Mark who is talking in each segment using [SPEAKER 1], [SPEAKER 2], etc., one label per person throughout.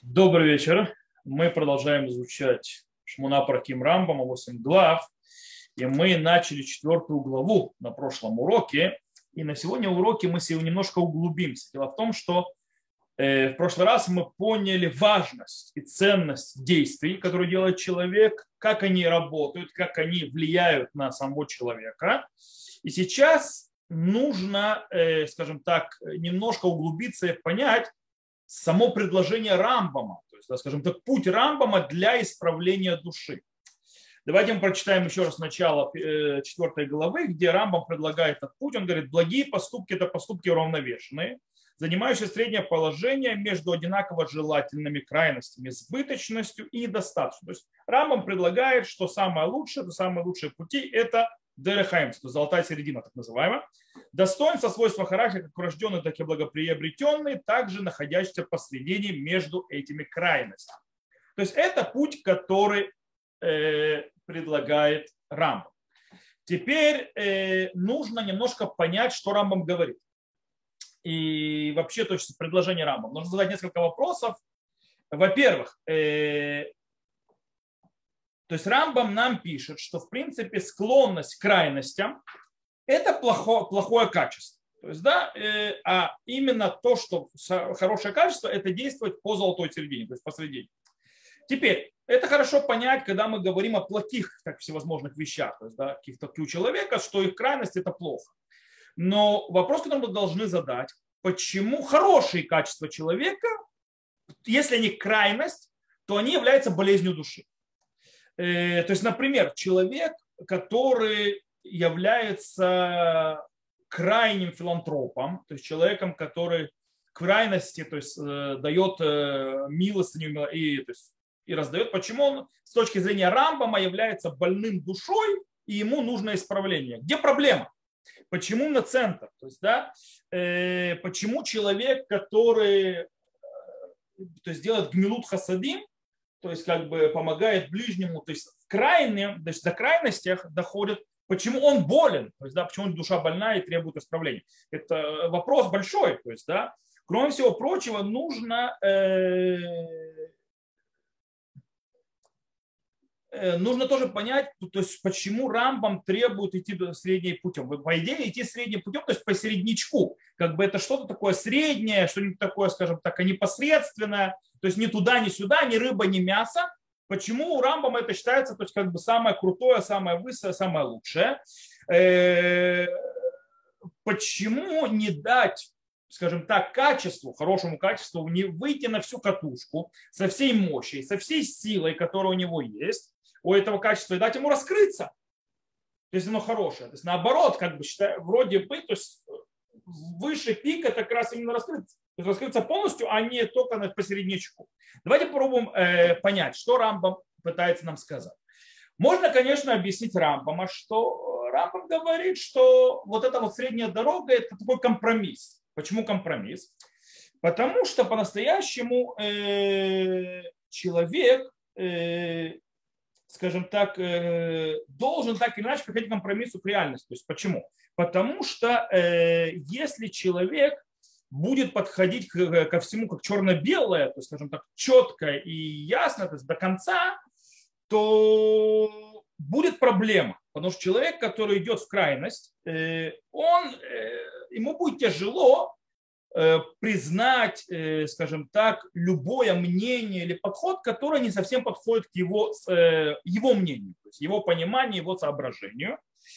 [SPEAKER 1] Добрый вечер. Мы продолжаем изучать Шмуна Праким Рамбама, 8 глав. И мы начали 4 главу на прошлом уроке. И на сегодня уроке мы сегодня немножко углубимся. Дело в том, что в прошлый раз мы поняли важность и ценность действий, которые делает человек, как они работают, как они влияют на самого человека. И сейчас нужно, скажем так, немножко углубиться и понять само предложение Рамбама, то есть, скажем так, путь Рамбама для исправления души. Давайте мы прочитаем еще раз начало 4 главы, где Рамбам предлагает этот путь. Он говорит, благие поступки – это поступки уравновешенные, занимающие среднее положение между одинаково желательными крайностями, избыточностью и недостаточностью. То есть Рамбам предлагает, что самые лучшие пути – это дерехаим, то золотая середина, так называемая. Достоинство, свойства характера, как врожденные, так и благоприобретенные, также находящиеся посредине между этими крайностями. То есть это путь, который предлагает Рамбам. Теперь нужно немножко понять, что Рамбам говорит. И вообще, то есть предложение Рамбама. Нужно задать несколько вопросов. Во-первых, то есть Рамбам нам пишет, что в принципе склонность к крайностям – это плохое качество. То есть, да, а именно то, что хорошее качество, это действовать по золотой середине, то есть посредине. Теперь, это хорошо понять, когда мы говорим о плохих так, всевозможных вещах, то есть, да, каких-то у человека, что их крайность – это плохо. Но вопрос, который мы должны задать, почему хорошие качества человека, если они крайность, то они являются болезнью души. То есть, например, человек, который является крайним филантропом, то есть человеком, который к крайности, то есть дает милостыню и раздает. Почему он с точки зрения Рамбама является больным душой и ему нужно исправление? Где проблема? Почему на центр? То есть, да, почему человек, который то есть, делает гмилут хасадим, то есть как бы помогает ближнему, то есть в крайнем, то есть до крайностях доходит, почему он болен, то есть, да, почему душа больна и требует исправления. Это вопрос большой, то есть, да, кроме всего прочего, нужно тоже понять, то есть, почему Рамбам требует идти средним путем. По идее, идти средним путем, то есть по середнячку. Как бы это что-то такое среднее, что-нибудь такое, скажем так, непосредственное. То есть ни туда, ни сюда, ни рыба, ни мясо. Почему у Рамбама это считается, то есть как бы самое крутое, самое высшее, самое лучшее? Почему не дать, скажем так, качеству, хорошему качеству, не выйти на всю катушку со всей мощью, со всей силой, которая у него есть, у этого качества, и дать ему раскрыться, если оно хорошее. То есть наоборот, как бы считаю, вроде бы, то есть выше пик это как раз именно раскрыться. То есть раскрыться полностью, а не только посереднячку. Давайте попробуем понять, что Рамбам пытается нам сказать. Можно, конечно, объяснить Рамбама, что Рамбам говорит, что вот эта вот средняя дорога – это такой компромисс. Почему компромисс? Потому что по-настоящему человек, скажем так, должен так или иначе приходить к компромиссу к реальности. То есть почему? Потому что если человек будет подходить ко всему как черно-белое, то есть, скажем так, четко и ясно, то есть до конца, то будет проблема. Потому что человек, который идет в крайность, ему будет тяжело признать, скажем так, любое мнение или подход, который не совсем подходит к его мнению, то есть его пониманию, его соображению.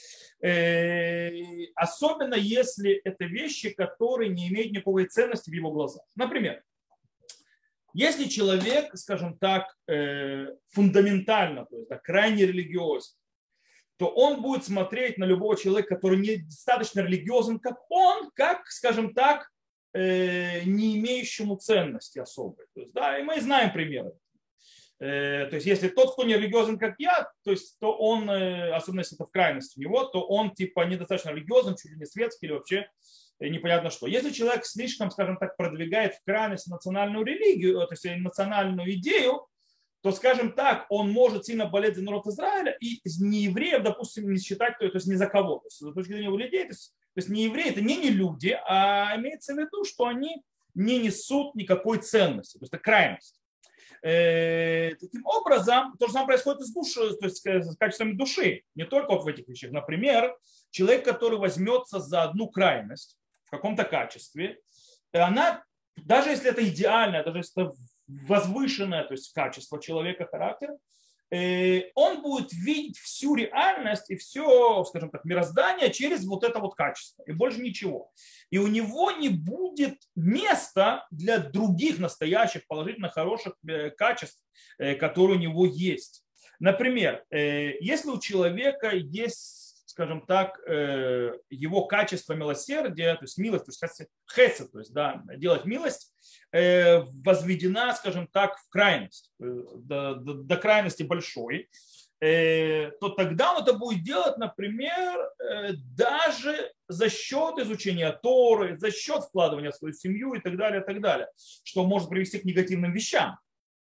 [SPEAKER 1] Особенно если это вещи, которые не имеют никакой ценности в его глазах. Например, если человек, скажем так, фундаментально, то есть крайне религиозен, то он будет смотреть на любого человека, который недостаточно религиозен, как он, как, скажем так, не имеющему ценности особой. То есть, да, и мы знаем примеры. То есть, если тот, кто не религиозен, как я, то есть, то он, особенно если это в крайности у него, то он типа недостаточно религиозен, чуть ли не светский или вообще непонятно что. Если человек слишком, скажем так, продвигает в крайность национальную религию, то есть национальную идею, то, скажем так, он может сильно болеть за народ Израиля и неевреев, допустим, не считать, то есть ни за кого. То есть, с точки зрения людей, то есть не евреи, это не люди, а имеется в виду, что они не несут никакой ценности. То есть это крайность. Таким образом, то же самое происходит и с душой, то есть с качествами души, не только вот в этих вещах. Например, человек, который возьмется за одну крайность в каком-то качестве, она, даже если это идеальное, даже если это возвышенное, то есть качество человека, характер, он будет видеть всю реальность и все, скажем так, мироздание через вот это вот качество, и больше ничего. И у него не будет места для других настоящих, положительно хороших качеств, которые у него есть. Например, если у человека есть, скажем так, его качество милосердия, то есть милость, то есть хесед, то есть да, делать милость, возведена, скажем так, в крайность, до крайности большой, то тогда он это будет делать, например, даже за счет изучения Торы, за счет вкладывания в свою семью и так далее, что может привести к негативным вещам.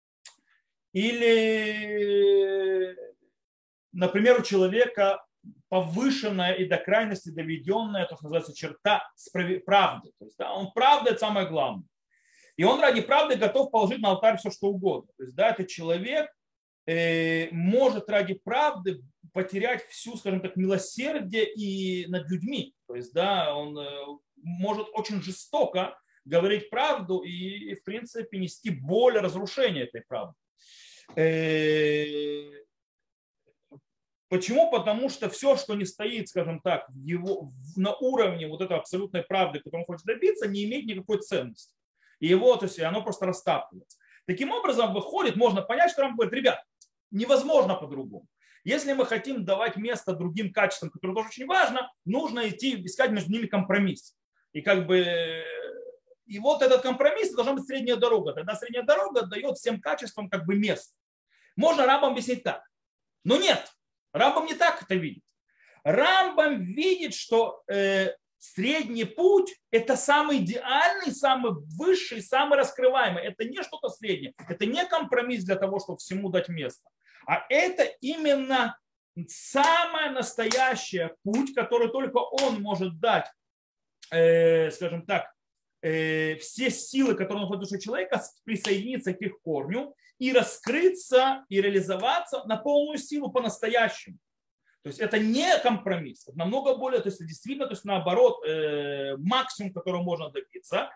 [SPEAKER 1] Или, например, у человека повышенная и до крайности доведенная, то, что называется, черта правды. То есть, да, он правда – это самое главное. И он ради правды готов положить на алтарь все, что угодно. То есть, да, этот человек может ради правды потерять всю, скажем так, милосердие и над людьми. То есть, да, он может очень жестоко говорить правду и в принципе, нести боль и разрушение этой правды. Почему? Потому что все, что не стоит, скажем так, на уровне вот этой абсолютной правды, которую он хочет добиться, не имеет никакой ценности. И его, то есть оно просто растапливается. Таким образом, выходит, можно понять, что Рамбам говорит, ребят, невозможно по-другому. Если мы хотим давать место другим качествам, которые тоже очень важно, нужно идти искать между ними компромисс. И как бы и вот этот компромисс должна быть средняя дорога. Тогда средняя дорога дает всем качествам как бы место. Можно Рамбам объяснить так. Но нет, Рамбам не так это видит. Рамбам видит, что средний путь – это самый идеальный, самый высший, самый раскрываемый. Это не что-то среднее. Это не компромисс для того, чтобы всему дать место. А это именно самый настоящий путь, который только он может дать, скажем так, все силы, которые находятся в душе человека, присоединиться к их корню и раскрыться, и реализоваться на полную силу по-настоящему. То есть это не компромисс, это намного более, то есть действительно, то есть наоборот, максимум, которого можно добиться.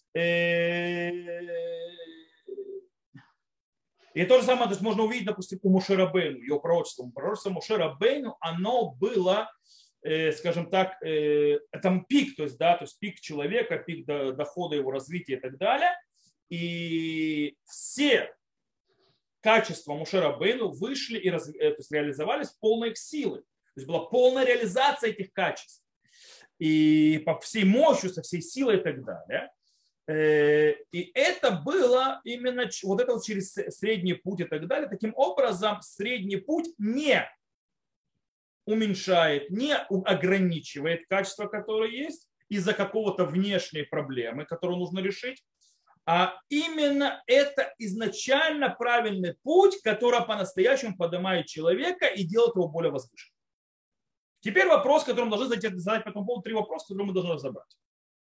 [SPEAKER 1] И то же самое, то есть можно увидеть, допустим, у Моше Рабейну, его пророчество. Пророчество Моше Рабейну, оно было, скажем так, там пик, то есть, да, то есть пик человека, пик дохода, его развития и так далее. И все качества Моше Рабейну вышли и то есть, реализовались в полной их силы. То есть была полная реализация этих качеств. И по всей мощи, со всей силой и так далее. И это было именно вот это вот через средний путь и так далее. Таким образом, средний путь не уменьшает, не ограничивает качества, которые есть, из-за какого-то внешней проблемы, которую нужно решить, а именно это изначально правильный путь, который по-настоящему поднимает человека и делает его более возвышенным. Теперь вопрос, который мы должны задать по этому поводу, 3 вопроса, которые мы должны разобрать.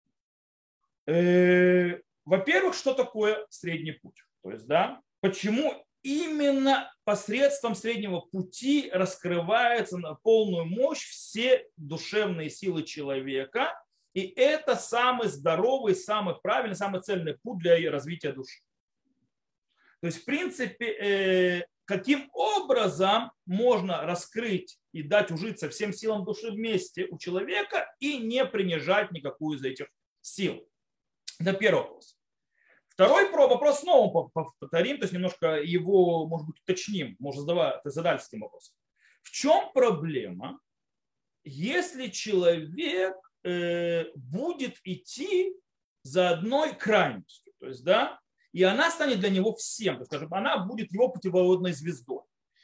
[SPEAKER 1] Во-первых, что такое средний путь? То есть, да, почему именно посредством среднего пути раскрываются на полную мощь все душевные силы человека, и это самый здоровый, самый правильный, самый цельный путь для развития души. То есть, в принципе, каким образом можно раскрыть и дать ужиться всем силам души вместе у человека и не принижать никакую из этих сил? Это первый вопрос. Второй вопрос снова повторим, то есть немножко его, может быть, уточним, может задать с этим вопросом. В чем проблема, если человек будет идти за одной крайностью, то есть, да, и она станет для него всем, то есть, скажем, она будет его путеводной звездой.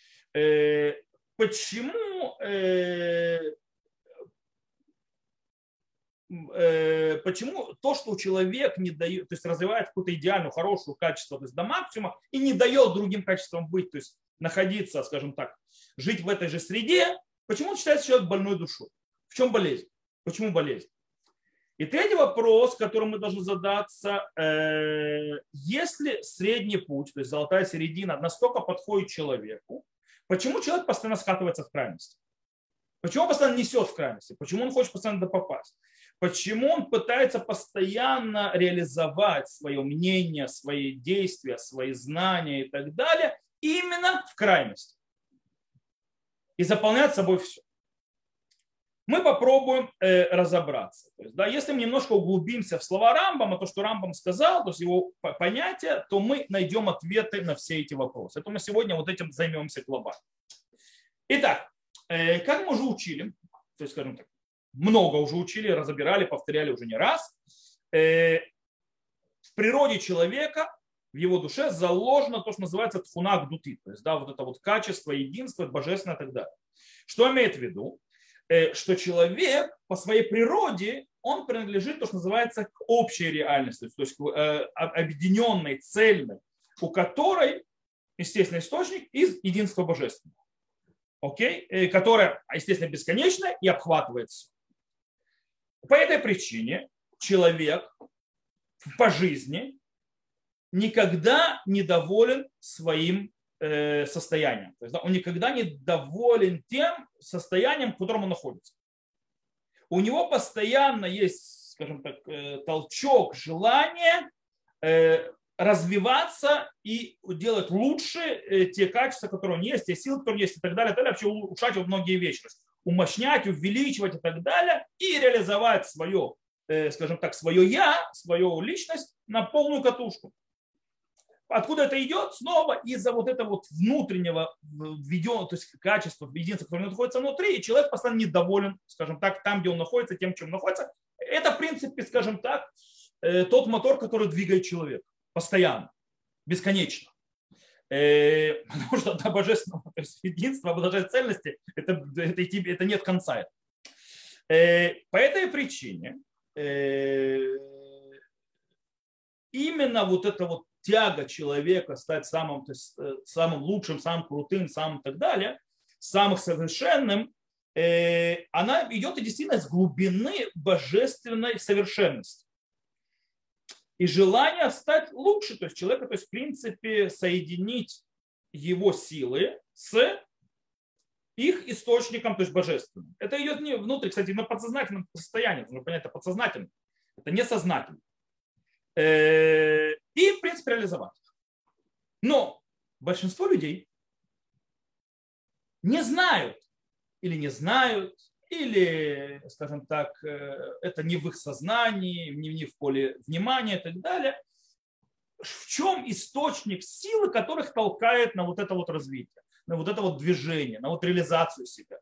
[SPEAKER 1] Почему то, что человек не дает, то есть развивает какое-то идеальное, хорошее качество, то есть до максимума, и не дает другим качествам быть, то есть находиться, скажем так, жить в этой же среде, почему он считается человек больной душой? В чем болезнь? Почему болезнь? И третий вопрос, который мы должны задаться, если средний путь, то есть золотая середина, настолько подходит человеку, почему человек постоянно скатывается в крайности? Почему он постоянно несет в крайности? Почему он хочет постоянно туда попасть? Почему он пытается постоянно реализовать свое мнение, свои действия, свои знания и так далее именно в крайности? И заполнять собой все. Мы попробуем разобраться. То есть, да, если мы немножко углубимся в слова Рамбама, то, что Рамбам сказал, то есть его понятия, то мы найдем ответы на все эти вопросы. Это мы сегодня вот этим займемся глобально. Итак, как мы уже учили, то есть, скажем так, много уже учили, разбирали, повторяли уже не раз, в природе человека, в его душе заложено то, что называется тхуна гдути, то есть, да, вот это вот качество, единство, божественное и так далее. Что имеет в виду? Что человек по своей природе, он принадлежит то, что называется к общей реальности, то есть к объединенной, цельной, у которой естественный источник из единства божественного, окей? Которая, естественно, бесконечная и обхватывает все. По этой причине человек по жизни никогда не доволен своим состоянием. То есть, да, он никогда не доволен тем состоянием, в котором он находится. У него постоянно есть, скажем так, толчок, желание развиваться и делать лучше те качества, которые у него есть, те силы, которые есть и так далее, вообще улучшать вот многие вещи, умощнять, увеличивать и так далее, и реализовать свое, скажем так, свое я, свою личность на полную катушку. Откуда это идет? Снова из-за вот этого вот внутреннего введенного, то есть качества, единства, которое находится внутри, и человек постоянно недоволен, скажем так, там, где он находится, тем, чем он находится. Это, в принципе, скажем так, тот мотор, который двигает человека постоянно, бесконечно. Потому что до божественного единства, обладания цельности, это нет конца. По этой причине именно вот эта вот тяга человека стать самым, то есть, самым лучшим, самым крутым, самым так далее, самым совершенным, она идет и действительно с глубины божественной совершенности. И желание стать лучше, то есть человека, то есть в принципе соединить его силы с их источником, то есть божественным. Это идет не внутрь, кстати, на подсознательном состоянии, нужно понять, это подсознательно, это не сознательно. И, в принципе, реализовать. Но большинство людей не знают, или, скажем так, это не в их сознании, не в поле внимания и так далее. В чем источник силы, которых толкает на вот это вот развитие, на вот это вот движение, на вот реализацию себя?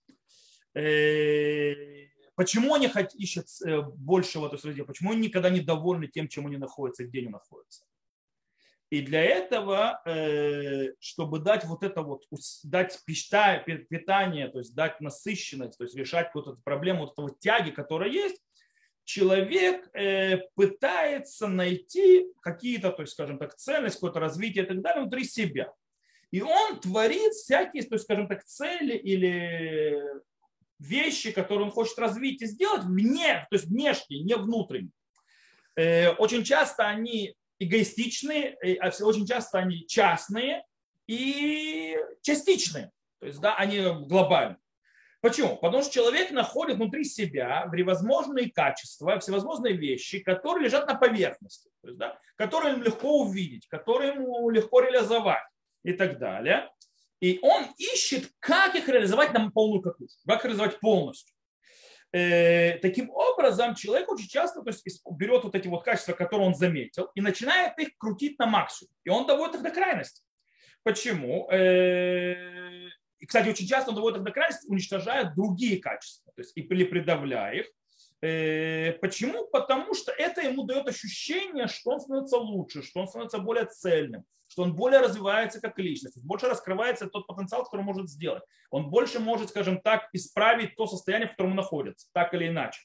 [SPEAKER 1] Почему они ищут большего, то есть, почему они никогда не довольны тем, чем они находятся, где они находятся? И для этого, чтобы дать вот это вот, дать питание, то есть дать насыщенность, то есть решать какую-то проблему вот этого тяги, которая есть, человек пытается найти какие-то, то есть, скажем так, ценность, какое-то развитие и так далее внутри себя. И он творит всякие, то есть, скажем так, цели или вещи, которые он хочет развить и сделать вне, то есть внешне, не внутренне. Очень часто они эгоистичные, очень часто они частные и частичные. То есть, да, они глобальные. Почему? Потому что человек находит внутри себя всевозможные качества, всевозможные вещи, которые лежат на поверхности, то есть, да, которые ему легко увидеть, которые ему легко реализовать и так далее. И он ищет, как их реализовать на полную катушку, как их реализовать полностью. Таким образом, человек очень часто, то есть, берет вот эти вот качества, которые он заметил, и начинает их крутить на максимум. И он доводит их до крайности. Почему? И, кстати, очень часто он доводит их до крайности, уничтожая другие качества, то есть, или придавляя их. Почему? Потому что это ему дает ощущение, что он становится лучше, что он становится более цельным, что он более развивается как личность, больше раскрывается тот потенциал, который он может сделать. Он больше может, скажем так, исправить то состояние, в котором он находится, так или иначе.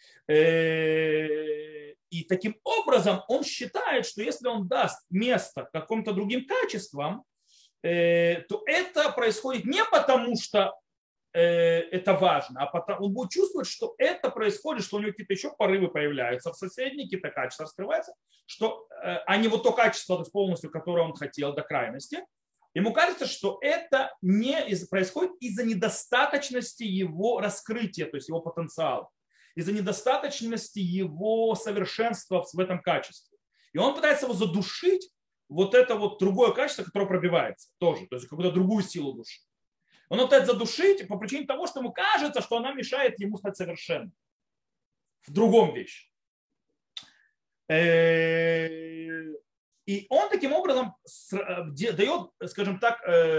[SPEAKER 1] И таким образом он считает, что если он даст место каким-то другим качествам, то это происходит не потому, что это важно, а потом он будет чувствовать, что это происходит, что у него какие-то еще порывы появляются в соседней, какие-то качества раскрываются, что, а не вот то качество, то есть полностью, которое он хотел до крайности. Ему кажется, что это происходит из-за недостаточности его раскрытия, то есть его потенциала, из-за недостаточности его совершенства в этом качестве. И он пытается его задушить, вот это вот другое качество, которое пробивается тоже, то есть какую-то другую силу души. Он пытается задушить по причине того, что ему кажется, что она мешает ему стать совершенным в другом вещи. И он таким образом дает, скажем так,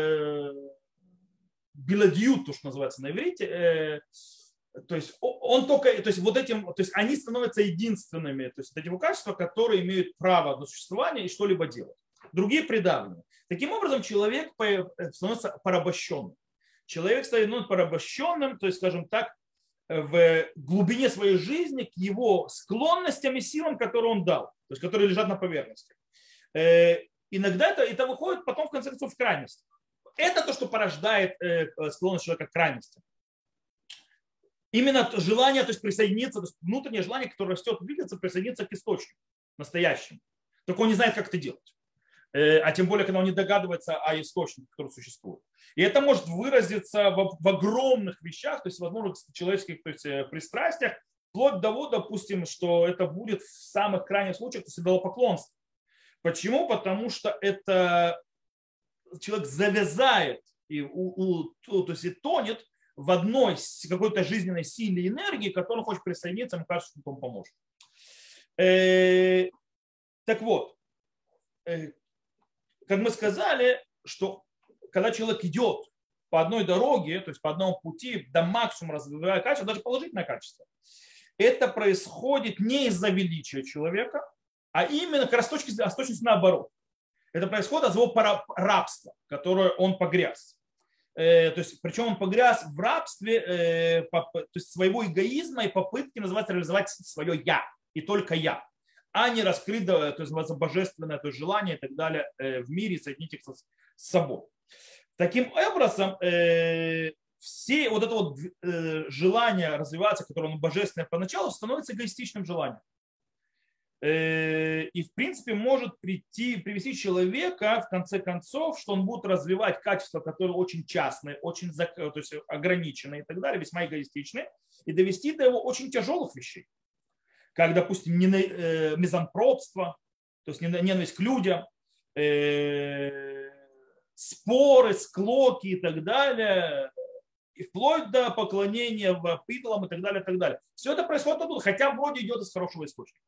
[SPEAKER 1] биладиют, то, что называется на иврите. То есть он только, то есть вот этим, то есть они становятся единственными, то есть эти качества, которые имеют право на существование и что-либо делать. Другие придавлены. Таким образом человек становится порабощенным. Человек становится порабощенным, то есть, скажем так, в глубине своей жизни к его склонностям и силам, которые он дал, то есть, которые лежат на поверхности. Иногда это выходит потом, в конце концов, в крайность. Это то, что порождает склонность человека к крайности. Именно желание, то есть присоединиться, то есть внутреннее желание, которое растет, двигаться, присоединиться к источнику настоящему. Только он не знает, как это делать. А тем более, когда он не догадывается о источнике, который существует. И это может выразиться в огромных вещах, то есть, возможно, в человеческих, то есть, пристрастиях, вплоть до того, допустим, что это будет в самых крайних случаях, то есть идолопоклонство. Почему? Потому что это человек завязает то есть, и тонет в одной какой-то жизненной силе и энергии, к которой он хочет присоединиться, ему кажется, что он поможет. Так вот, как мы сказали, что когда человек идет по одной дороге, то есть по одному пути, до максимума развивая качество, даже положительное качество, это происходит не из-за величия человека, а именно как раз с точностью наоборот. Это происходит из его рабства, в которое он погряз. То есть, причем он погряз в рабстве то есть своего эгоизма и попытки называется реализовать свое «я» и только «я», а не раскрыть, то есть божественное то есть желание и так далее в мире, соединить их с собой. Таким образом, все вот это вот желание развиваться, которое божественное поначалу, становится эгоистичным желанием. И, в принципе, может привести человека, в конце концов, что он будет развивать качества, которые очень частные, очень то есть ограниченные и так далее, весьма эгоистичные, и довести до его очень тяжелых вещей. Как, допустим, мизантропство, то есть ненависть к людям, споры, склоки и так далее, и вплоть до поклонения в идолам и так далее, и так далее. Все это происходит оттуда, хотя вроде идет из хорошего источника.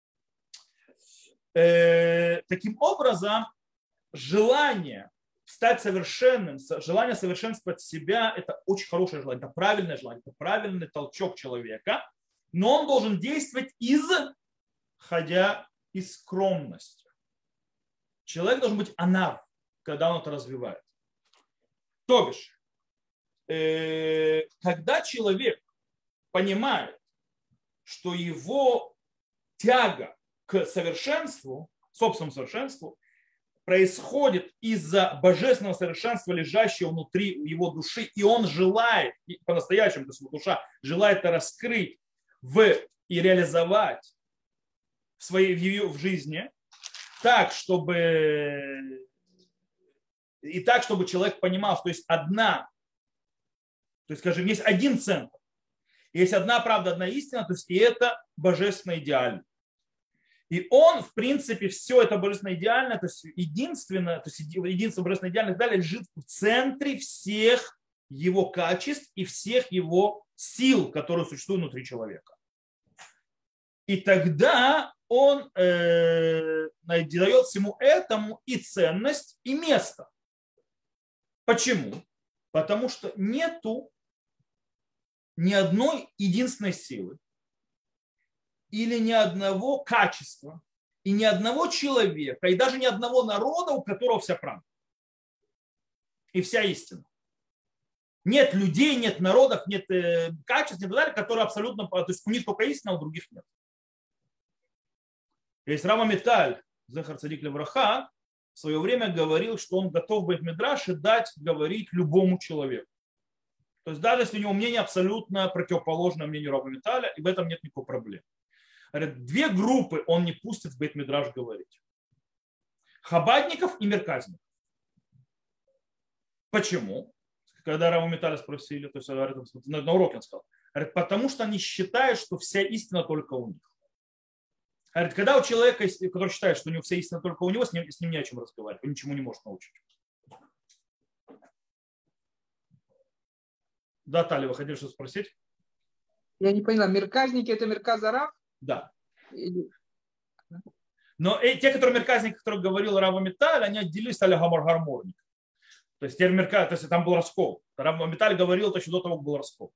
[SPEAKER 1] Таким образом, желание стать совершенным, желание совершенствовать себя – это очень хорошее желание, это правильный толчок человека, но он должен действовать исходя из скромности. Человек должен быть анав, когда он это развивает. То бишь, когда человек понимает, что его тяга к совершенству, собственному совершенству, происходит из-за божественного совершенства, лежащего внутри его души, и он желает, по-настоящему, то есть душа желает это раскрыть и реализовать в жизни, так, чтобы человек понимал, что есть одна, то есть, скажем, есть один центр, есть одна правда, одна истина, то есть и это божественно идеально. И он, в принципе, все это божественно идеально, то есть единство божественно идеально далее лежит в центре всех его качеств и всех его сил, которые существуют внутри человека. И тогда он дает всему этому и ценность, и место. Почему? Потому что нету ни одной единственной силы, или ни одного качества, и ни одного человека, и даже ни одного народа, у которого вся правда и вся истина. Нет людей, нет народов, нет качеств, и так далее, которые абсолютно, то есть у них только истина, а у других нет. Есть Рав Амиталь, зехар цадик левраха, в свое время говорил, что он готов в Бейт Мидраше дать говорить любому человеку. То есть даже если у него мнение абсолютно противоположное мнению Рава Миталя, и в этом нет никакой проблемы. Говорят, две группы он не пустит в Бейт-Мидраш говорить. Хабадников и мерказников. Почему? Когда Рава Миталя спросили, то есть на уроке он сказал, говорит, потому что они считают, что вся истина только у них. Говорит, когда у человека, который считает, что у него вся истина только у него, с ним не о чем разговаривать, он ничему не может научить. Да, Таля, вы хотели что-то спросить?
[SPEAKER 2] Я не поняла, мерказники это мерказарав?
[SPEAKER 1] Да.
[SPEAKER 2] Или...
[SPEAKER 1] Но те, которые мерказники, о которых говорил Рава Миталь, они отделились, стали гарморник. То есть, то есть там был раскол. Рава Миталь говорил, то еще до того был раскол.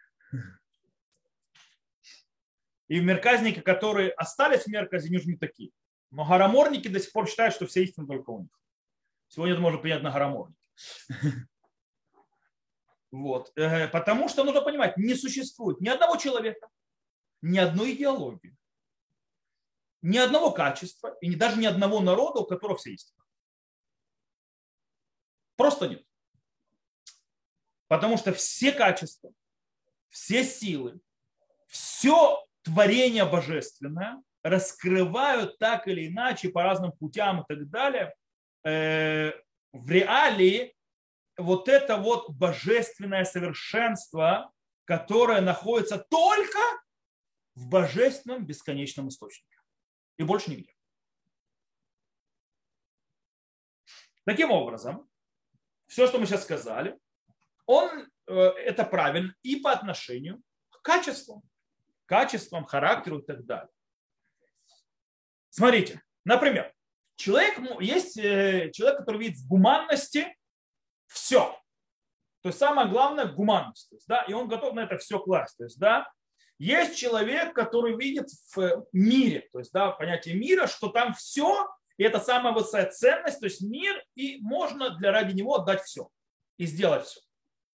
[SPEAKER 1] И мерказники, которые остались в мерказе, они уже не такие. Но гараморники до сих пор считают, что вся истина только у них. Сегодня это можно принять на гараморники. Вот. Потому что нужно понимать, не существует ни одного человека, ни одной идеологии, ни одного качества и даже ни одного народа, у которого вся истина. Просто нет. Потому что все качества, все силы, все творение божественное раскрывают так или иначе по разным путям и так далее в реалии вот это вот божественное совершенство, которое находится только в божественном бесконечном источнике. И больше нигде. Таким образом, все, что мы сейчас сказали, это правильно и по отношению к качествам, характеру и так далее. Смотрите, например, есть человек, который видит в гуманности все. То есть самое главное гуманность. То есть, да, и он готов на это все класть. То есть, да, есть человек, который видит в мире, то есть да, понятие мира, что там все, и это самая высокая ценность, то есть мир, и можно ради него отдать все и сделать все.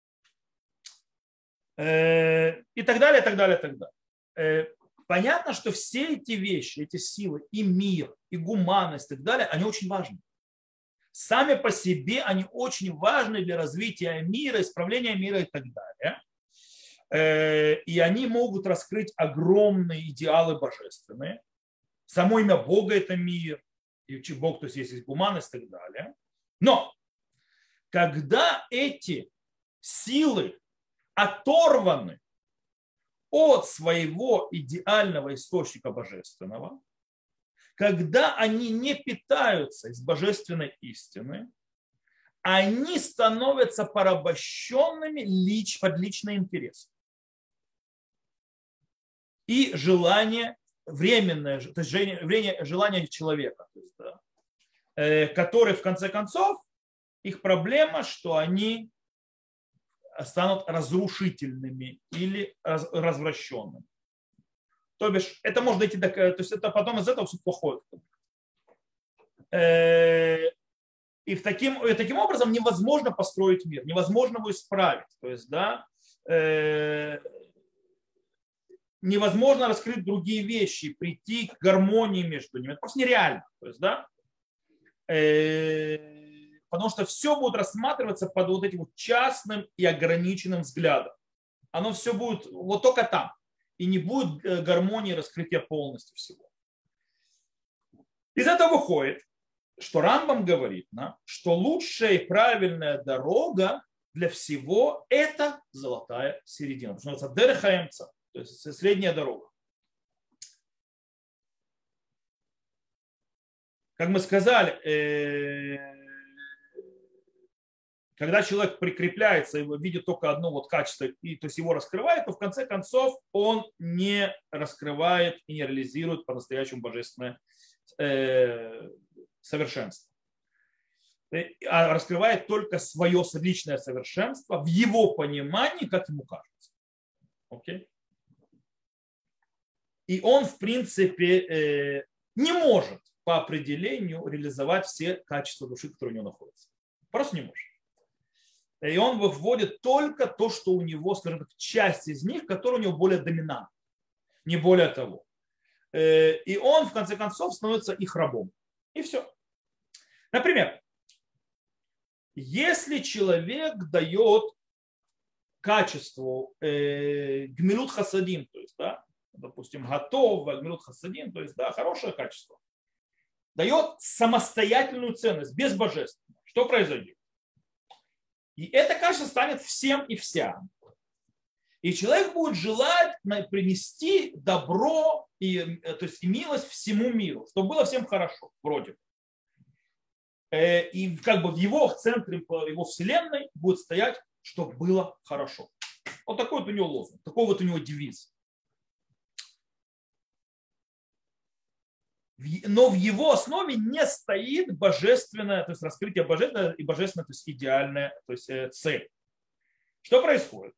[SPEAKER 1] И так далее, и так далее, и так далее. Понятно, что все эти вещи, эти силы, и мир, и гуманность, и так далее, они очень важны. Сами по себе они очень важны для развития мира, исправления мира и так далее. И они могут раскрыть огромные идеалы божественные. Само имя Бога – это мир, и Бог, то есть есть гуманность и так далее. Но когда эти силы оторваны от своего идеального источника божественного, когда они не питаются из божественной истины, они становятся порабощенными под личный интерес. И желание временное, то есть желание человека, то есть, да, который в конце концов, их проблема, что они станут разрушительными или развращенными. То бишь, это может дойти до... То есть это потом из этого все плохое. И таким образом невозможно построить мир, невозможно его исправить. То есть, да, невозможно раскрыть другие вещи, прийти к гармонии между ними. Это просто нереально. То есть, да, потому что все будет рассматриваться под вот этим вот частным и ограниченным взглядом. Оно все будет вот только там. И не будет гармонии раскрытия полностью всего. Из этого выходит, что Рамбам говорит, что лучшая и правильная дорога для всего – это золотая середина. Потому что это дерех хаэмца, то есть средняя дорога. Как мы сказали, когда человек прикрепляется и видит только одно вот качество, и, то есть его раскрывает, то в конце концов он не раскрывает и не реализует по-настоящему божественное совершенство. А раскрывает только свое личное совершенство в его понимании, как ему кажется. Окей? И он, в принципе, не может по определению реализовать все качества души, которые у него находятся. Просто не может. И он выводит только то, что у него, скажем так, часть из них, которая у него более доминантна. Не более того. И он, в конце концов, становится их рабом. И все. Например, если человек дает качеству гмилут хасадим, то есть, да, допустим, готов, гмилут хасадим, то есть, да, хорошее качество, дает самостоятельную ценность, без божественного. Что произойдет? И это качество станет всем и вся. И человек будет желать принести добро то есть, и милость всему миру, чтобы было всем хорошо, вроде бы. И как бы в его центре, его вселенной будет стоять, чтобы было хорошо. Вот такой вот у него лозунг, такой вот у него девиз. Но в его основе не стоит божественное, то есть раскрытие божественного и божественное, то есть идеальная, то есть цель. Что происходит?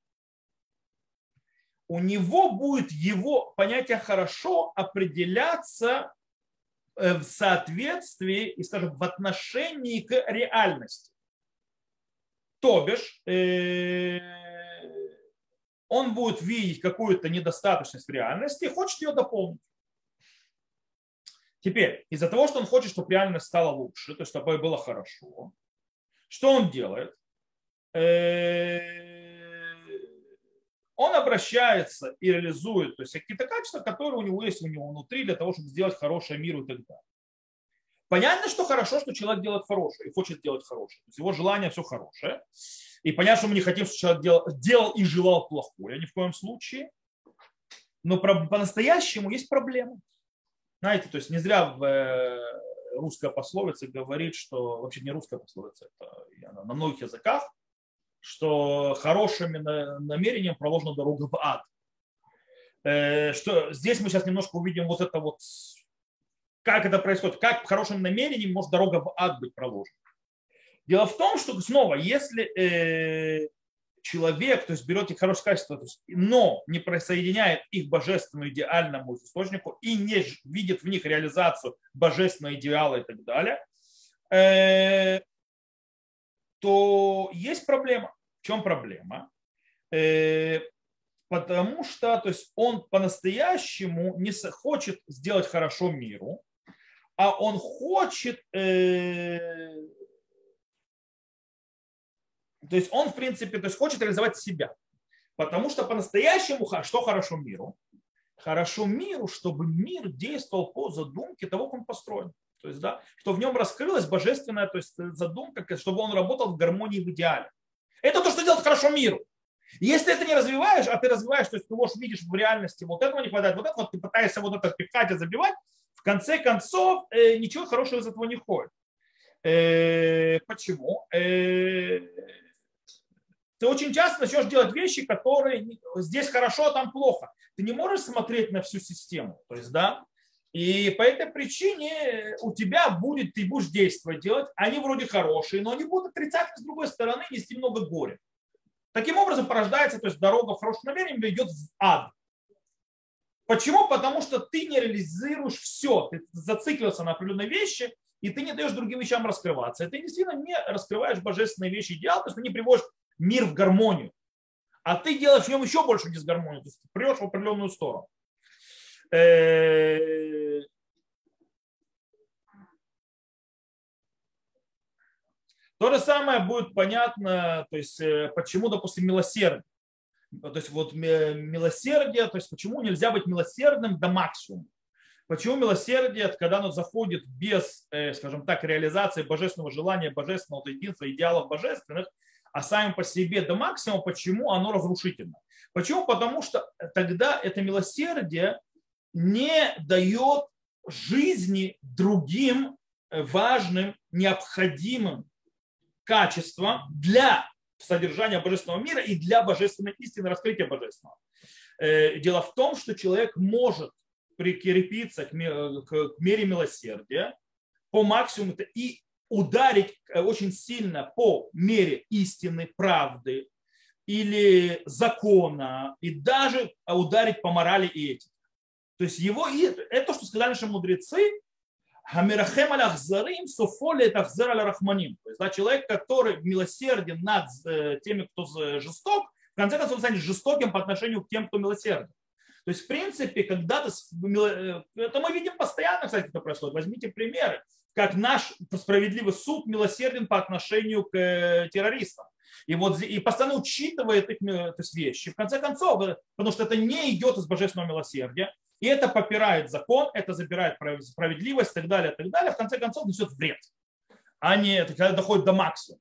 [SPEAKER 1] У него будет его понятие «хорошо» определяться в соответствии и, скажем, в отношении к реальности. То бишь, он будет видеть какую-то недостаточность в реальности и хочет ее дополнить. Теперь, из-за того, что он хочет, чтобы реальность стала лучше, то есть чтобы было хорошо, что он делает? Он обращается и реализует то есть, какие-то качества, которые у него есть у него внутри для того, чтобы сделать хорошее миру и так далее. Понятно, что хорошо, что человек делает хорошее и хочет делать хорошее. То есть его желание все хорошее. И понятно, что мы не хотим, чтобы человек делал и желал плохое, ни в коем случае. Но по-настоящему есть проблема. Знаете, то есть не зря русская пословица говорит, что вообще не русская пословица, это на многих языках, что хорошими намерением проложена дорога в ад. Что здесь мы сейчас немножко увидим вот это вот, как это происходит, как хорошим намерением может дорога в ад быть проложена. Дело в том, что снова, если человек, то есть берет их хорошее качество, то есть, но не присоединяет их к божественному идеальному источнику и не видит в них реализацию божественного идеала и так далее, то есть проблема. В чем проблема? Потому что то есть, он по-настоящему не хочет сделать хорошо миру, а он хочет, то есть он, в принципе, то есть хочет реализовать себя. Потому что по-настоящему, что хорошо миру? Хорошо миру, чтобы мир действовал по задумке того, как он построен. То есть, да, что в нем раскрылась божественная то есть, задумка, чтобы он работал в гармонии, в идеале. Это то, что делает хорошо миру. Если это не развиваешь, а ты развиваешь, то есть ты можешь видишь в реальности вот этого не хватает, вот это вот ты пытаешься вот это пихать и забивать, в конце концов ничего хорошего из этого не ходит. Почему? Ты очень часто начнешь делать вещи, которые здесь хорошо, а там плохо. Ты не можешь смотреть на всю систему. То есть, да? И по этой причине у тебя будет, ты будешь действовать делать, они вроде хорошие, но они будут отрицательно с другой стороны нести много горя. Таким образом порождается, то есть дорога в хорошем намерении идет в ад. Почему? Потому что ты не реализуешь все, ты зациклился на определенные вещи, и ты не даешь другим вещам раскрываться. И ты действительно не раскрываешь божественные вещи идеал, то есть ты не приводишь мир в гармонию, а ты делаешь в нем еще больше дисгармонию, то есть прешь в определенную сторону. То же самое будет понятно, то есть почему, допустим, милосердие. То есть вот милосердие, то есть почему нельзя быть милосердным до максимума. Почему милосердие, когда оно заходит без, скажем так, реализации божественного желания, божественного единства, идеалов божественных, а самим по себе до максимума, почему оно разрушительно? Почему? Потому что тогда это милосердие не дает жизни другим важным, необходимым качествам для содержания божественного мира и для божественной истины, раскрытия божественного. Дело в том, что человек может прикрепиться к мере милосердия по максимуму и ударить очень сильно по мере истины, правды или закона, и даже ударить по морали и этике. То есть его, это то, что сказали наши мудрецы, Хамирахем аль-Ахзарим, суфоли это Ахзар аль-Рахманим. То есть да, человек, который милосерден над теми, кто жесток, в конце концов станет жестоким по отношению к тем, кто милосерден. То есть, в принципе, когда-то, это мы видим постоянно, кстати, это происходит. Возьмите примеры, как наш справедливый суд милосерден по отношению к террористам. И, вот, и постоянно учитывает их то есть вещи. В конце концов, потому что это не идет из божественного милосердия, и это попирает закон, это забирает справедливость и так далее, и так далее. В конце концов несет вред, а не это, когда доходит до максимума.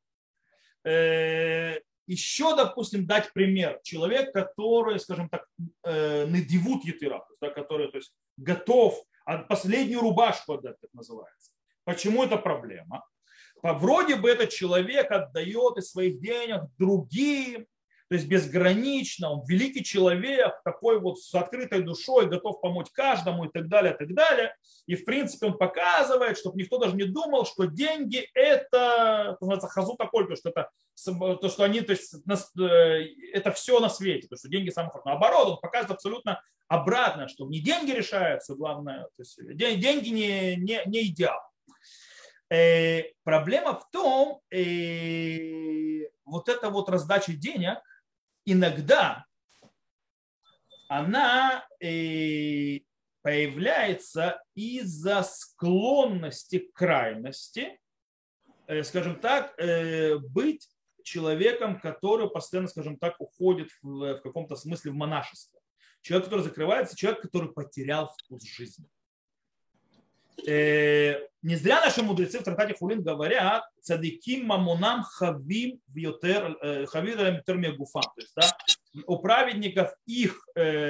[SPEAKER 1] Еще, допустим, дать пример. Человек, который, скажем так, надевут етира, который то есть, готов последнюю рубашку отдать, так называется. Почему это проблема? Вроде бы этот человек отдает из своих денег другим, то есть безгранично, он великий человек, такой вот с открытой душой, готов помочь каждому и так далее, и так далее. И в принципе он показывает, чтобы никто даже не думал, что деньги это, называется, хазу такой, то, что они, то есть, это все на свете, то, что деньги самое хорошее. Наоборот, он показывает абсолютно обратно, что не деньги решаются, главное, то есть деньги не идеал. Проблема в том, вот эта вот раздача денег, иногда она появляется из-за склонности к крайности, скажем так, быть человеком, который постоянно, скажем так, уходит в каком-то смысле в монашество. Человек, который закрывается, человек, который потерял вкус жизни. Не зря наши мудрецы в трактате Хулин говорят цадиким мамонам хавим вьотер мегуфа. То есть, да, у праведников их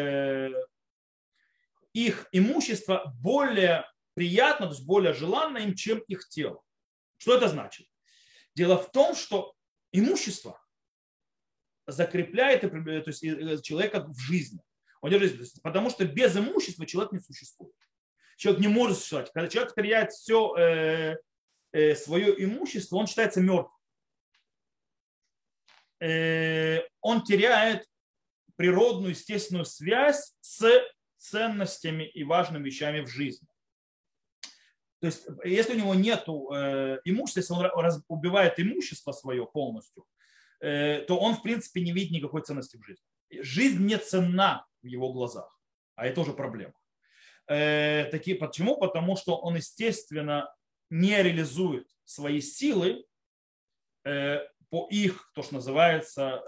[SPEAKER 1] имущество более приятно, то есть более желанно им, чем их тело. Что это значит? Дело в том, что имущество закрепляет то есть, человека в жизни. Потому что без имущества человек не существует. Человек не может существовать. Когда человек теряет все свое имущество, он считается мертвым. Он теряет природную, естественную связь с ценностями и важными вещами в жизни. То есть, если у него нет имущества, если он убивает имущество свое полностью, то он, в принципе, не видит никакой ценности в жизни. Жизнь не ценна в его глазах, а это уже проблема. Почему? Потому что он, естественно, не реализует свои силы по их, то, что называется,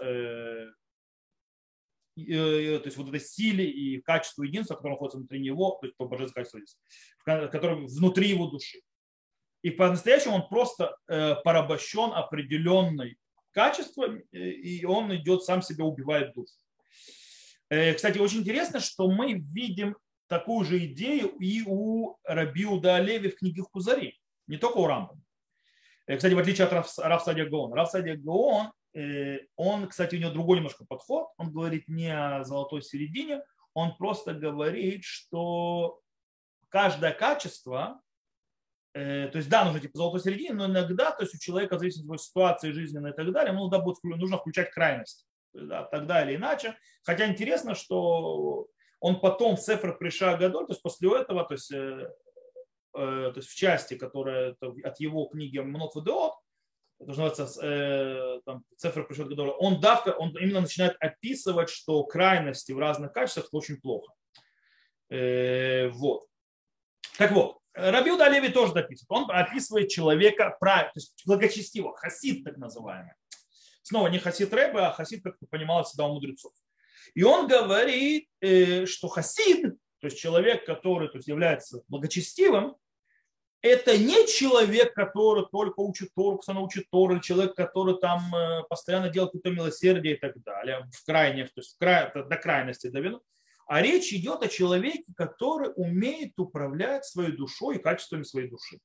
[SPEAKER 1] то есть вот этой силе и качеству единства, которое находится внутри него, то есть по божественному качеству единства, которое внутри его души. И по-настоящему он просто порабощен определенным качеством, и он идет, сам себя убивает душу. Кстати, очень интересно, что мы видим такую же идею и у Раби Иуда а-Леви в книге Кузари, не только у Рамбама. Кстати, в отличие от Рав Садия Гаона. Рав Садия Гаон, он, кстати, у него другой немножко подход, он говорит не о золотой середине, он просто говорит, что каждое качество, то есть да, нужно типа золотой середине, но иногда, то есть у человека в зависимости от ситуации жизненной и так далее, ему нужно включать крайность, да, тогда или иначе. Хотя интересно, что он потом в Сефер Приша Гадоль, то есть после этого, то есть в части, которая от его книги Мнот Ведеот, это называется Сефер Приша Гадоль, он именно начинает описывать, что крайности в разных качествах это очень плохо. Вот. Так вот, Раби Иуда а-Леви тоже дописывает. Он описывает человека, то есть благочестивого, хасид так называемый. Снова не хасид Ребе, а хасид, как понималось всегда у мудрецов. И он говорит, что хасид, то есть человек, который то есть, является благочестивым, это не человек, который только учит Тору, постоянно учит Тору, или человек, который там постоянно делает какое-то милосердие и так далее, в крайних, то есть до крайности доведен. А речь идет о человеке, который умеет управлять своей душой и качествами своей души.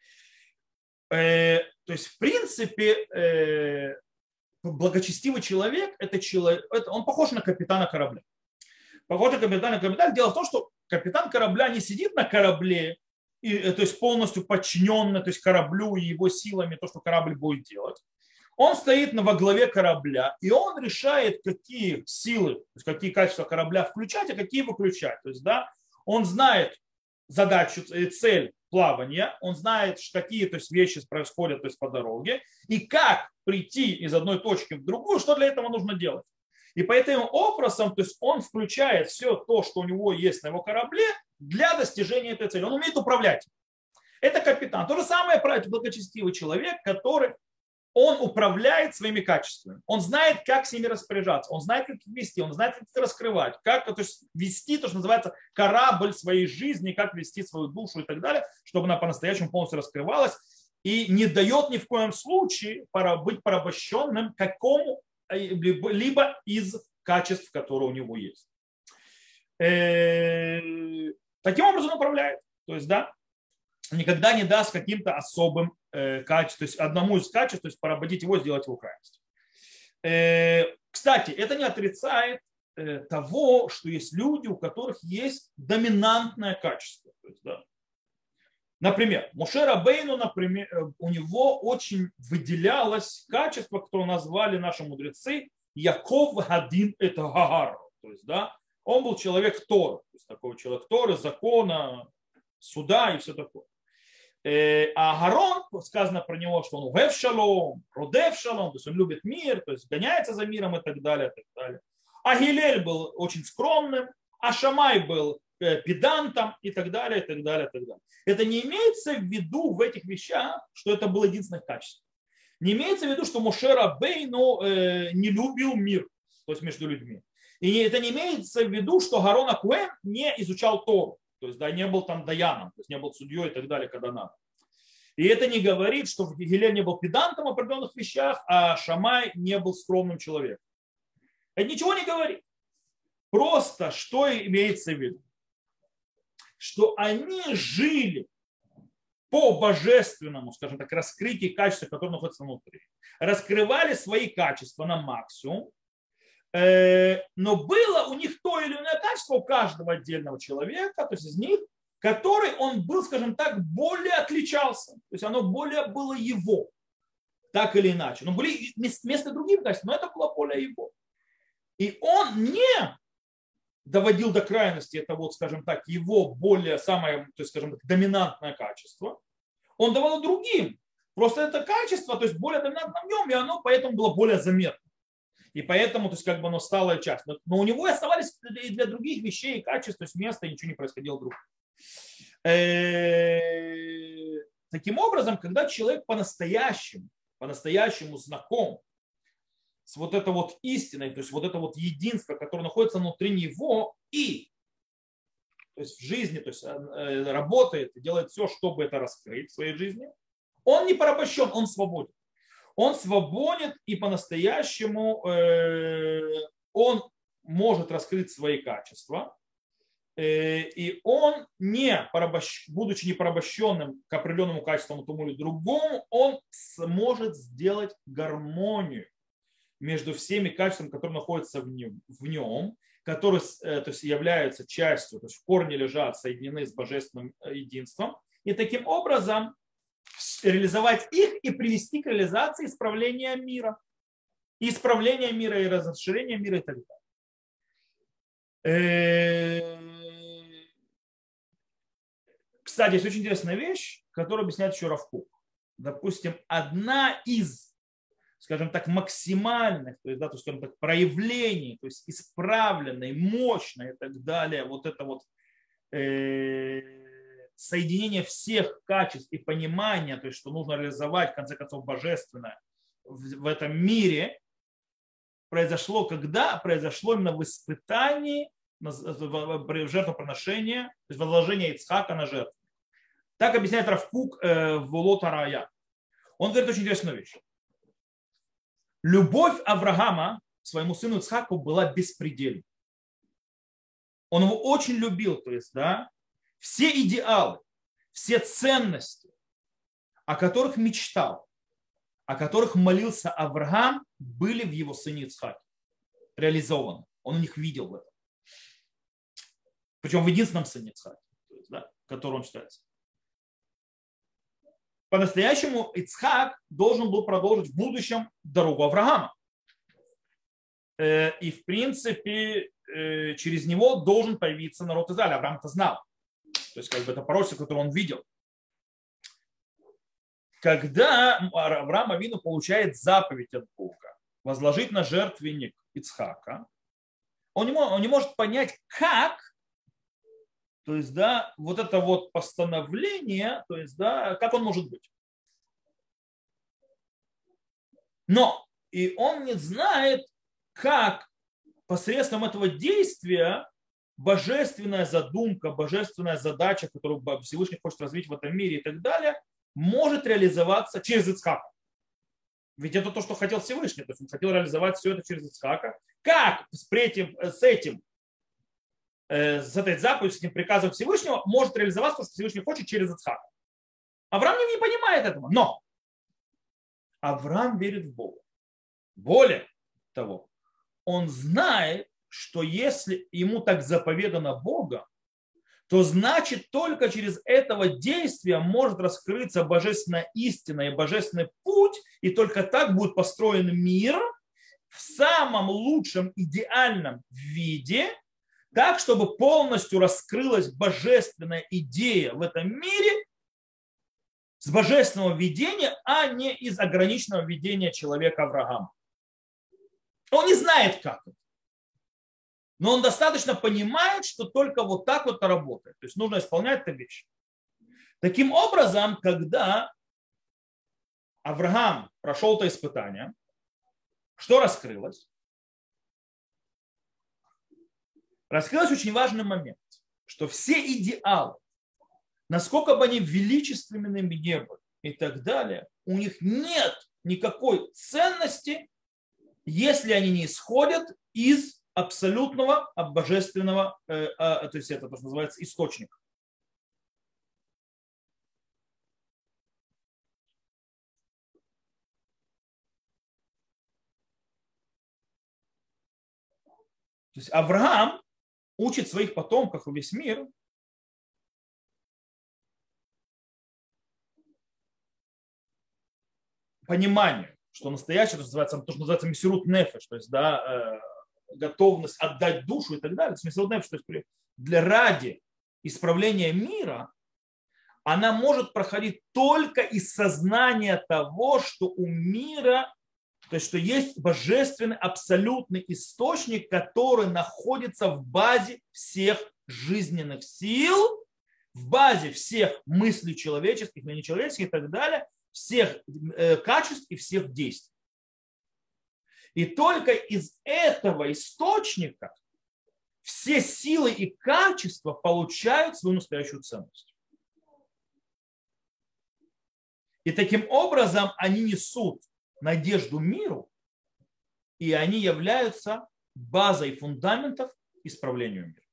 [SPEAKER 1] То есть, в принципе, благочестивый человек, он похож на капитана корабля. Похож на капитана корабля. Дело в том, что капитан корабля не сидит на корабле, то есть полностью подчиненный то есть кораблю и его силами, то, что корабль будет делать. Он стоит во главе корабля, и он решает, какие силы, то есть какие качества корабля включать, а какие выключать. То есть, да, он знает задачу, цель плавания, он знает, какие то есть, вещи происходят то есть, по дороге, и как прийти из одной точки в другую, что для этого нужно делать. И по этим образом то есть, он включает все то, что у него есть на его корабле, для достижения этой цели. Он умеет управлять. Это капитан. То же самое благочестивый человек, который он управляет своими качествами. Он знает, как с ними распоряжаться, он знает, как их вести, он знает, как их раскрывать, как то есть, вести то, что называется корабль своей жизни, как вести свою душу и так далее, чтобы она по-настоящему полностью раскрывалась и не дает ни в коем случае быть порабощенным какому-либо из качеств, которые у него есть. Таким образом он управляет. То есть, да, никогда не даст каким-то особым качествам, то есть одному из качеств, то есть поработить его, сделать его крайность. Кстати, это не отрицает того, что есть люди, у которых есть доминантное качество. То есть, да. Например, Моше Рабейну, например, у него очень выделялось качество, которое назвали наши мудрецы Яков Гадин это Гагар. То есть, да, он был человек Торы, то есть такой человек Торы, закона, суда и все такое. А Агарон, сказано про него, что он увев шалом, родев шалом, то есть он любит мир, то есть гоняется за миром и так далее. И так далее. А Гилель был очень скромным, а Шамай был педантом и так далее, и так далее, и так далее. Это не имеется в виду в этих вещах, что это было единственное качество. Не имеется в виду, что Моше Рабейну не любил мир, то есть между людьми. И это не имеется в виду, что Гарон а-Коэн не изучал Тору. То есть, да, не был там даяном, то есть не был судьей и так далее, когда надо. И это не говорит, что Гилель не был педантом в определенных вещах, а Шамай не был скромным человеком. Это ничего не говорит. Просто что имеется в виду? Что они жили по божественному, скажем так, раскрытию качеств, которые находятся внутри. Раскрывали свои качества на максимум. Но было у них то или иное качество у каждого отдельного человека, то есть из них, который он был, скажем так, более отличался. То есть оно более было его, так или иначе. Но были вместо других качеств, но это было более его. И он не доводил до крайности это вот, скажем так, его более самое, то есть, скажем так, доминантное качество. Он давал другим. Просто это качество, то есть более доминантно в нем, и оно поэтому было более заметно. И поэтому, то есть, как бы оно стало частью. Но у него оставались и для других вещей и качеств, то есть место, и ничего не происходило вдруг. Таким образом, когда человек по-настоящему знаком с вот этой вот истиной, то есть вот это вот единство, которое находится внутри него и то есть в жизни, то есть работает и делает все, чтобы это раскрыть в своей жизни, он не порабощен, он свободен. Он свободен и по-настоящему он может раскрыть свои качества. И он, будучи не порабощенным к определенному качеству тому или другому, он сможет сделать гармонию между всеми качествами, которые находятся в нем, которые то есть, являются частью, то есть в корне лежат, соединены с божественным единством. И таким образом реализовать их и привести к реализации исправления мира. И исправления мира, и расширения мира, и так далее. Кстати, есть очень интересная вещь, которую объясняет еще Рав Кук. Допустим, одна из, скажем так, максимальных, то есть, да, то, скажем так, проявлений, то есть исправленной, мощной и так далее, вот это вот соединение всех качеств и понимания, то есть что нужно реализовать, в конце концов, божественное в этом мире, произошло когда? Произошло именно в испытании жертвоприношения, то есть возложение Ицхака на жертву. Так объясняет Рав Кук в Улот Арая. Он говорит очень интересную вещь. Любовь Авраама к своему сыну Ицхаку была беспредельной. Он его очень любил, то есть, да, все идеалы, все ценности, о которых мечтал, о которых молился Авраам, были в его сыне Ицхаке реализованы. Он их видел в этом. Причем в единственном сыне Ицхаке, то есть, да, который он считается. По-настоящему Ицхак должен был продолжить в будущем дорогу Авраама. И в принципе через него должен появиться народ Израиля. Авраам это знал. То есть как бы это пророчество, которое он видел. Когда Авраам Авину получает заповедь от Бога возложить на жертвенник Ицхака, он не может понять, как, то есть, да, вот это вот постановление, то есть, да, как он может быть. Но и он не знает, как посредством этого действия божественная задумка, божественная задача, которую Всевышний хочет развить в этом мире и так далее, может реализоваться через Ицхака. Ведь это то, что хотел Всевышний. То есть он хотел реализовать все это через Ицхака. Как с этой заповедью, с этим приказом Всевышнего может реализоваться то, что Всевышний хочет через Ицхака? Авраам не понимает этого. Но Авраам верит в Бога. Более того, он знает, что если ему так заповедано Богом, то значит только через этого действия может раскрыться божественная истина и божественный путь, и только так будет построен мир в самом лучшем идеальном виде, так, чтобы полностью раскрылась божественная идея в этом мире с божественного видения, а не из ограниченного видения человека Авраама. Он не знает, как это. Но он достаточно понимает, что только вот так вот это работает. То есть нужно исполнять эту вещь. Таким образом, когда Авраам прошел это испытание, что раскрылось? Раскрылось очень важный момент, что все идеалы, насколько бы они величественными не были и так далее, у них нет никакой ценности, если они не исходят из абсолютного божественного, то есть это то, что называется источник. То есть Авраам учит своих потомков и весь мир пониманию, что настоящее, то, что называется мессирут нефеш, то есть да, готовность отдать душу и так далее, то есть ради исправления мира, она может проходить только из сознания того, что у мира, то есть что есть божественный абсолютный источник, который находится в базе всех жизненных сил, в базе всех мыслей человеческих, нечеловеческих и так далее, всех качеств и всех действий. И только из этого источника все силы и качества получают свою настоящую ценность. И таким образом они несут надежду миру, и они являются базой фундаментов исправлению мира.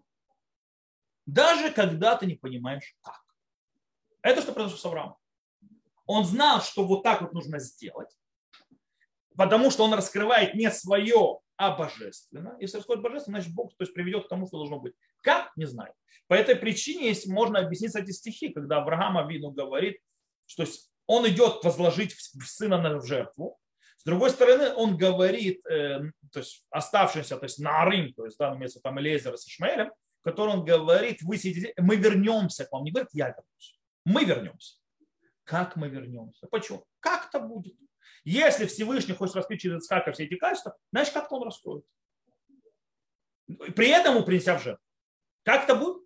[SPEAKER 1] Даже когда ты не понимаешь, как. Это что произошло с Авраамом. Он знал, что вот так вот нужно сделать, потому что он раскрывает не свое, а божественное. Если раскроет божественное, значит Бог, то есть, приведет к тому, что должно быть. Как? Не знаю. По этой причине можно объяснить эти стихи, когда Авраам Авину говорит, что он идет возложить сына в жертву. С другой стороны, он говорит, то есть оставшимся, то есть Наарим, то есть да, имеется там Элиэзер с Ишмаэлем, который он говорит, вы сидите, мы вернемся к вам. Не говорит, я вернусь. Мы вернемся. Как мы вернемся? Почему? Как это будет? Если Всевышний хочет раскрыть через Ицхака все эти качества, значит, как-то он раскроет. При этом принеся в жертву. Как это будет?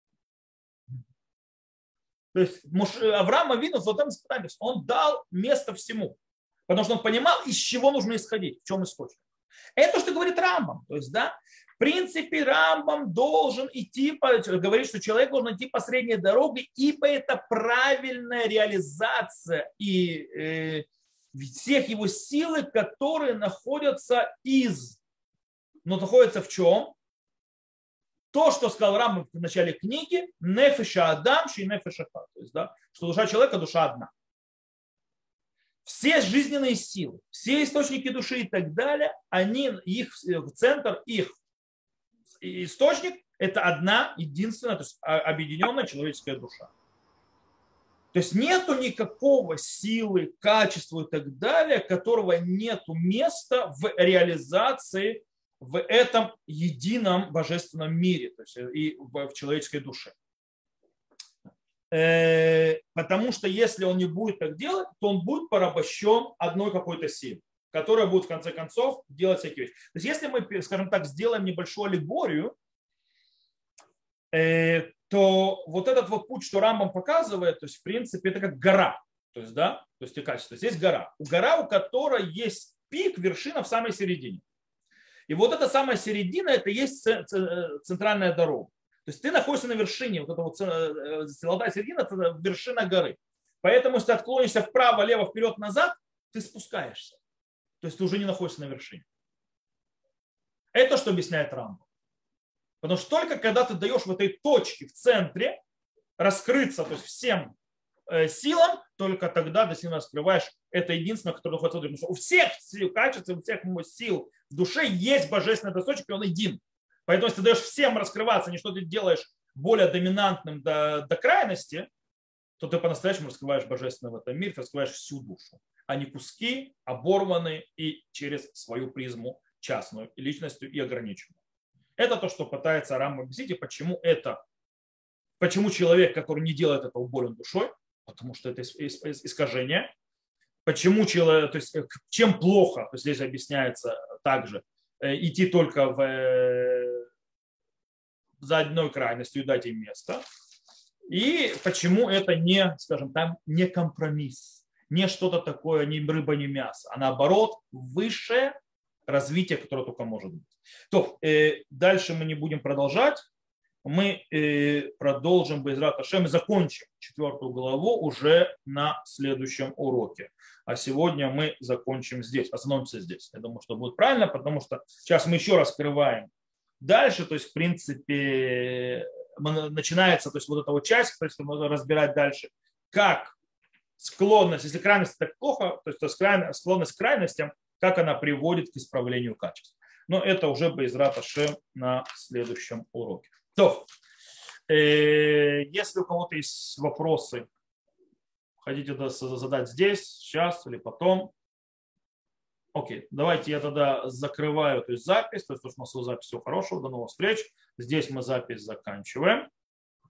[SPEAKER 1] То есть Авраам Авину в этом испытании, он дал место всему. Потому что он понимал, из чего нужно исходить, в чем источник. Это то, что говорит Рамбам. То есть, да, в принципе, Рамбам должен идти, говорит, что человек должен идти по средней дороге, ибо это правильная реализация и всех его силы, которые находятся но находятся в чем? То, что сказал Рамбам в начале книги, нефеша адам, ши нефеша ха. То есть, да, что душа человека, душа одна. Все жизненные силы, все источники души и так далее, их центр, их источник – это одна, единственная, то есть объединенная человеческая душа. То есть нету никакого силы, качества и так далее, которого нету места в реализации в этом едином божественном мире, то есть и в человеческой душе. Потому что если он не будет так делать, то он будет порабощен одной какой-то силой, которая будет в конце концов делать всякие вещи. То есть если мы, скажем так, сделаем небольшую аллегорию, то вот этот вот путь, что Рамбам показывает, то есть в принципе это как гора. То есть, да, то есть и качество. Здесь гора. Гора, у которой есть пик, вершина в самой середине. И вот эта самая середина, это и есть центральная дорога. То есть ты находишься на вершине, вот эта вот золотая середина, это вершина горы. Поэтому, если ты отклонишься вправо, лево, вперед, назад, ты спускаешься. То есть ты уже не находишься на вершине. Это то, что объясняет Рамбам. Потому что только когда ты даешь в этой точке, в центре, раскрыться, то есть всем силам, только тогда ты сильно раскрываешь. Это единственное, которое находится внутри. Потому что у всех качеств, у всех сил в душе есть божественный источник, и он един. Поэтому, если ты даешь всем раскрываться, не что ты делаешь более доминантным до крайности, то ты по-настоящему раскрываешь божественное в этом мире, ты раскрываешь всю душу, а не куски, оборванные и через свою призму частную личностью и ограниченную. Это то, что пытается Рамбам объяснить, и почему человек, который не делает этого, болен душой, потому что это искажение. Почему человек, то есть чем плохо, то есть здесь объясняется также, идти только за одной крайностью и дать им место. И почему это не, скажем, там не компромисс, не что-то такое, ни рыба, ни мясо, а наоборот высшее развитие, которое только может быть. То, дальше мы не будем продолжать. Мы продолжим Бе'эзрат Ашем и закончим 4 главу уже на следующем уроке. А сегодня мы закончим здесь, остановимся здесь. Я думаю, что будет правильно, потому что сейчас мы еще раскрываем дальше. То есть, в принципе, начинается то есть, вот эта вот часть, то есть можно разбирать дальше, как склонность, если крайность так плохо, то есть склонность к крайностям, как она приводит к исправлению качеств. Но это уже Бе'эзрат Ашем на следующем уроке. То, если у кого-то есть вопросы, хотите задать здесь, сейчас или потом. Окей, давайте я тогда закрываю то есть, запись, то есть, у нас запись всего хорошего, до новых встреч. Здесь мы запись заканчиваем.